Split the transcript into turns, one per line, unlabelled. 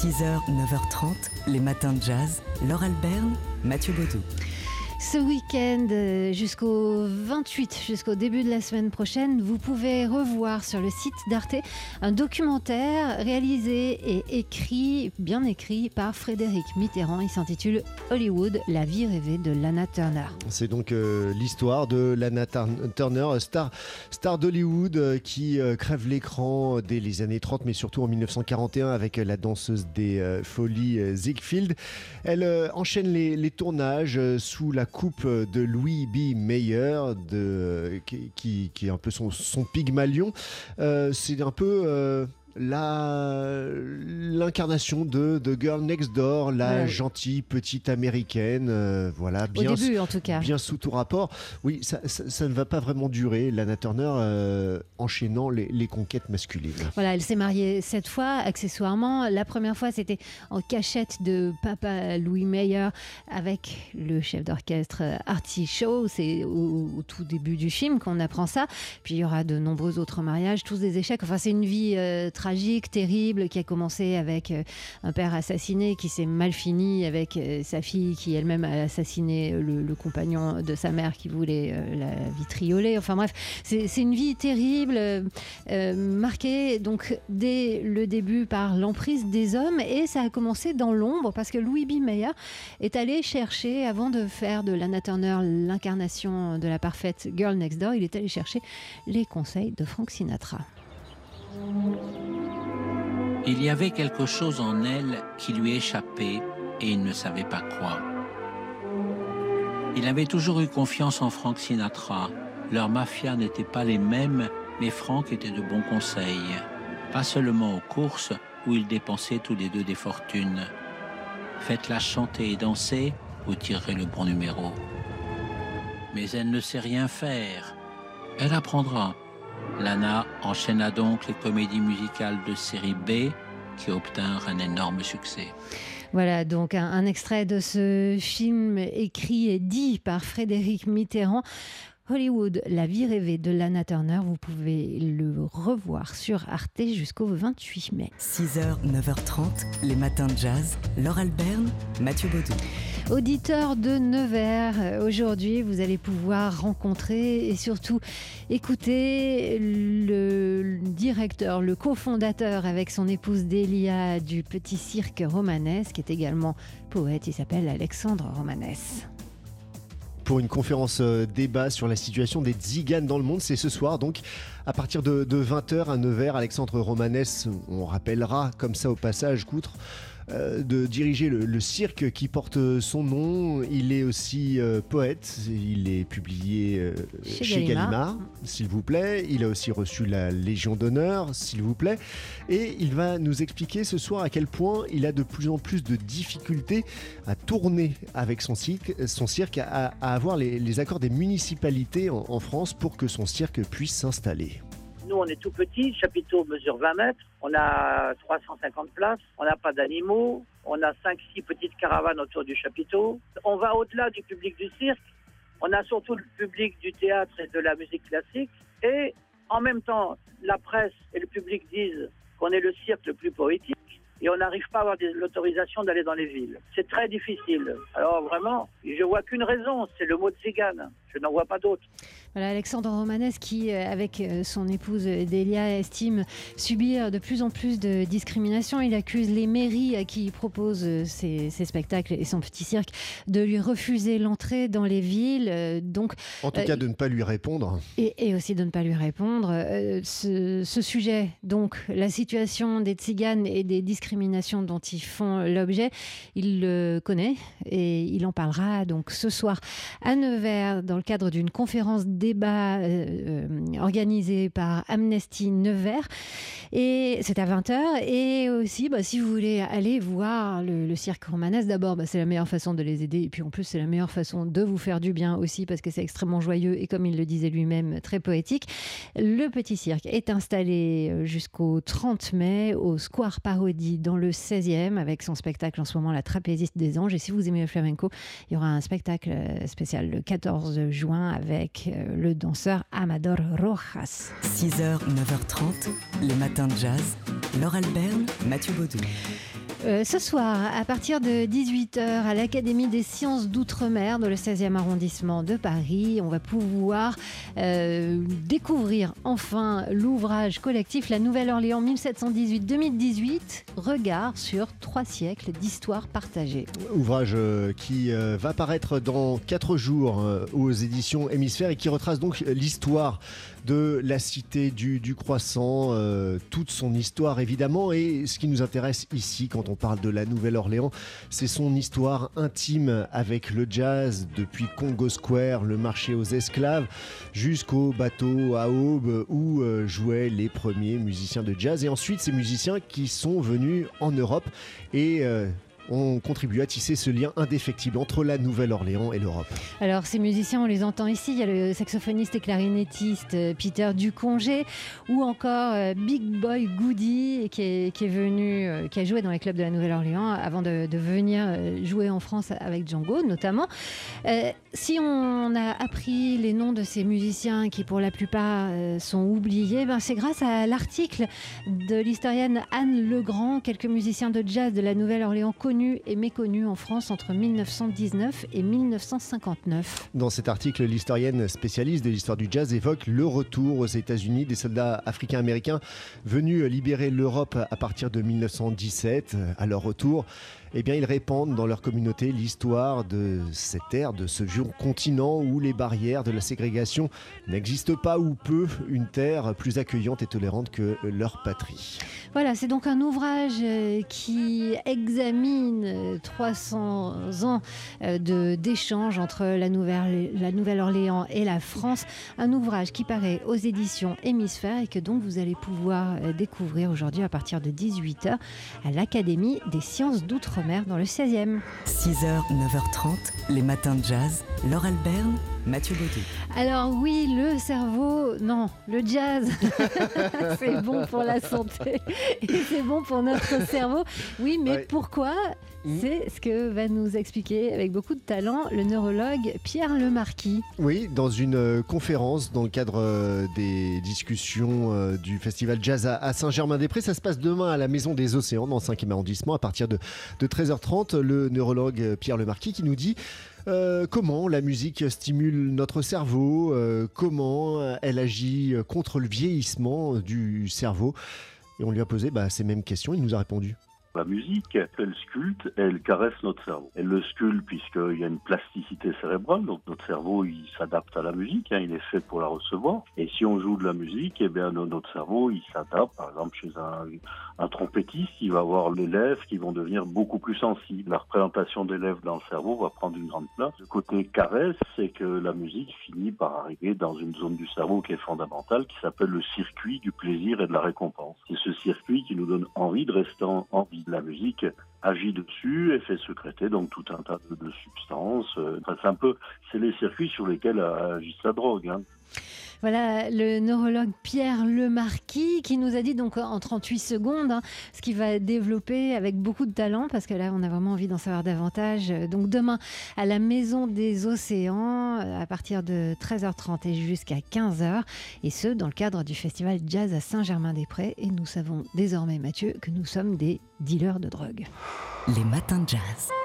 6h, 9h30, les matins de jazz. Laure Alberne, Mathieu Baudou.
Ce week-end jusqu'au 28, jusqu'au début de la semaine prochaine, vous pouvez revoir sur le site d'Arte un documentaire réalisé et bien écrit par Frédéric Mitterrand. Il s'intitule Hollywood, la vie rêvée de Lana Turner.
C'est donc l'histoire de Lana Turner, star d'Hollywood qui crève l'écran dès les années 30, mais surtout en 1941 avec la danseuse des Folies Ziegfeld. Elle enchaîne les tournages sous la coupe de Louis B. Mayer, qui est un peu son Pygmalion. C'est un peu l'incarnation de Girl Next Door, la gentille petite américaine, voilà, bien,
au début en tout cas,
bien sous tout rapport. Oui, ça ne va pas vraiment durer. Lana Turner enchaînant les conquêtes masculines.
Voilà, elle s'est mariée 7 fois, accessoirement. La première fois, c'était en cachette de papa Louis Mayer avec le chef d'orchestre Artie Shaw. C'est au tout début du film qu'on apprend ça. Puis il y aura de nombreux autres mariages, tous des échecs. Enfin, c'est une vie tragique, terrible, qui a commencé avec un père assassiné, qui s'est mal fini avec sa fille qui elle-même a assassiné le compagnon de sa mère qui voulait la vitrioler. Enfin bref, c'est une vie terrible, marquée donc dès le début par l'emprise des hommes, et ça a commencé dans l'ombre parce que Louis B. Mayer est allé chercher, avant de faire de Lana Turner l'incarnation de la parfaite Girl Next Door, il est allé chercher les conseils de Frank Sinatra.
Il y avait quelque chose en elle qui lui échappait et il ne savait pas quoi. Il avait toujours eu confiance en Frank Sinatra. Leurs mafias n'étaient pas les mêmes, mais Frank était de bons conseils. Pas seulement aux courses où ils dépensaient tous les deux des fortunes. Faites-la chanter et danser, vous tirerez le bon numéro. Mais elle ne sait rien faire. Elle apprendra. Lana enchaîna donc les comédies musicales de série B qui obtinrent un énorme succès.
Voilà donc un extrait de ce film écrit et dit par Frédéric Mitterrand. Hollywood, la vie rêvée de Lana Turner, vous pouvez le revoir sur Arte jusqu'au 28 mai.
6h, 9h30, les matins de jazz. Laure Alberne, Mathieu Baudou.
Auditeurs de Nevers, aujourd'hui vous allez pouvoir rencontrer et surtout écouter le directeur, le cofondateur avec son épouse Delia du Petit Cirque Romanesque, qui est également poète. Il s'appelle Alexandre Romanès.
Pour une conférence débat sur la situation des tziganes dans le monde. C'est ce soir, donc, à partir de 20h à Nevers. Alexandre Romanès, on rappellera comme ça au passage qu'outre de diriger le cirque qui porte son nom, il est aussi poète. Il est publié chez Gallimard, s'il vous plaît. Il a aussi reçu la Légion d'honneur, s'il vous plaît. Et il va nous expliquer ce soir à quel point il a de plus en plus de difficultés à tourner avec son cirque, à avoir les accords des municipalités en France pour que son cirque puisse s'installer.
Nous, on est tout petit, le chapiteau mesure 20 mètres, on a 350 places, on n'a pas d'animaux, on a 5-6 petites caravanes autour du chapiteau. On va au-delà du public du cirque, on a surtout le public du théâtre et de la musique classique, et en même temps, la presse et le public disent qu'on est le cirque le plus poétique, et on n'arrive pas à avoir l'autorisation d'aller dans les villes. C'est très difficile. Alors vraiment, je vois qu'une raison, c'est le mot tzigane. Je n'en vois pas d'autre.
Voilà, Alexandre Romanès qui, avec son épouse Delia, estime subir de plus en plus de discrimination. Il accuse les mairies à qui il propose ses spectacles et son petit cirque de lui refuser l'entrée dans les villes.
En tout cas, de ne pas lui répondre.
Et aussi de ne pas lui répondre. Ce sujet, donc, la situation des tziganes et des discriminations dont ils font l'objet, il le connaît et il en parlera donc ce soir à Nevers dans le cadre d'une conférence débat organisée par Amnesty Nevers, et c'est à 20h. Et aussi, si vous voulez aller voir le cirque Romanesque, d'abord c'est la meilleure façon de les aider, et puis en plus c'est la meilleure façon de vous faire du bien aussi, parce que c'est extrêmement joyeux et, comme il le disait lui-même, très poétique. Le Petit Cirque est installé jusqu'au 30 mai au Square Parodie dans le 16e avec son spectacle en ce moment, La Trapéziste des Anges. Et si vous aimez le flamenco, il y aura un spectacle spécial le 14 juin avec le danseur Amador Rojas.
6h, 9h30, les matins de jazz. Laure Alberne, Mathieu Baudou.
Ce soir, à partir de 18h, à l'Académie des sciences d'Outre-mer, dans le 16e arrondissement de Paris, on va pouvoir découvrir enfin l'ouvrage collectif La Nouvelle-Orléans 1718-2018, regard sur 3 siècles d'histoire partagée.
Ouvrage qui va paraître dans 4 jours aux éditions Hémisphère et qui retrace donc l'histoire de la cité du Croissant, toute son histoire évidemment, et ce qui nous intéresse ici quand on parle de la Nouvelle-Orléans, c'est son histoire intime avec le jazz, depuis Congo Square, le marché aux esclaves, jusqu'au bateau à aube où jouaient les premiers musiciens de jazz, et ensuite ces musiciens qui sont venus en Europe et ont contribué à tisser ce lien indéfectible entre la Nouvelle-Orléans et l'Europe.
Alors ces musiciens, on les entend ici, il y a le saxophoniste et clarinettiste Peter Ducongé, ou encore Big Boy Goody qui est venu, qui a joué dans les clubs de la Nouvelle-Orléans avant de venir jouer en France avec Django notamment. Si on a appris les noms de ces musiciens qui pour la plupart sont oubliés, c'est grâce à l'article de l'historienne Anne Legrand, quelques musiciens de jazz de la Nouvelle-Orléans connus et méconnus en France entre 1919 et 1959.
Dans cet article, l'historienne spécialiste de l'histoire du jazz évoque le retour aux États-Unis des soldats africains-américains venus libérer l'Europe à partir de 1917. À leur retour, ils répandent dans leur communauté l'histoire de cette terre, de ce vieux continent où les barrières de la ségrégation n'existent pas ou peu, une terre plus accueillante et tolérante que leur patrie.
Voilà, c'est donc un ouvrage qui examine 300 ans d'échanges entre la Nouvelle-Orléans et la France. Un ouvrage qui paraît aux éditions Hémisphère et que donc vous allez pouvoir découvrir aujourd'hui à partir de 18h à l'Académie des sciences d'Outre-mer dans le 16e.
6h, 9h30, les matins de jazz. Laure Alberne, Mathieu Baudou.
Alors oui, le cerveau, non, le jazz, c'est bon pour la santé et c'est bon pour notre cerveau. Oui, mais pourquoi ? C'est ce que va nous expliquer avec beaucoup de talent le neurologue Pierre Lemarquis. Oui,
dans une conférence dans le cadre des discussions du festival jazz à Saint-Germain-des-Prés. Ça se passe demain à la Maison des Océans dans le 5e arrondissement à partir de 13h30. Le neurologue Pierre Lemarquis qui nous dit comment la musique stimule notre cerveau, comment elle agit contre le vieillissement du cerveau. Et on lui a posé ces mêmes questions, il nous a répondu.
La musique, elle sculpte, elle caresse notre cerveau. Elle le sculpte puisqu'il y a une plasticité cérébrale, donc notre cerveau il s'adapte à la musique, il est fait pour la recevoir. Et si on joue de la musique, notre cerveau il s'adapte. Par exemple, chez un trompettiste, il va avoir les lèvres qui vont devenir beaucoup plus sensibles. La représentation des lèvres dans le cerveau va prendre une grande place. Le côté caresse, c'est que la musique finit par arriver dans une zone du cerveau qui est fondamentale, qui s'appelle le circuit du plaisir et de la récompense. C'est ce circuit qui nous donne envie de rester en vie. La musique agit dessus et fait sécréter donc tout un tas de substances. C'est les circuits sur lesquels agit la drogue.
Voilà le neurologue Pierre Lemarquis qui nous a dit donc en 38 secondes ce qu'il va développer avec beaucoup de talent, parce que là on a vraiment envie d'en savoir davantage. Donc demain à la Maison des Océans à partir de 13h30 et jusqu'à 15h, et ce dans le cadre du festival jazz à Saint-Germain-des-Prés. Et nous savons désormais, Mathieu, que nous sommes des dealers de drogue.
Les matins de jazz.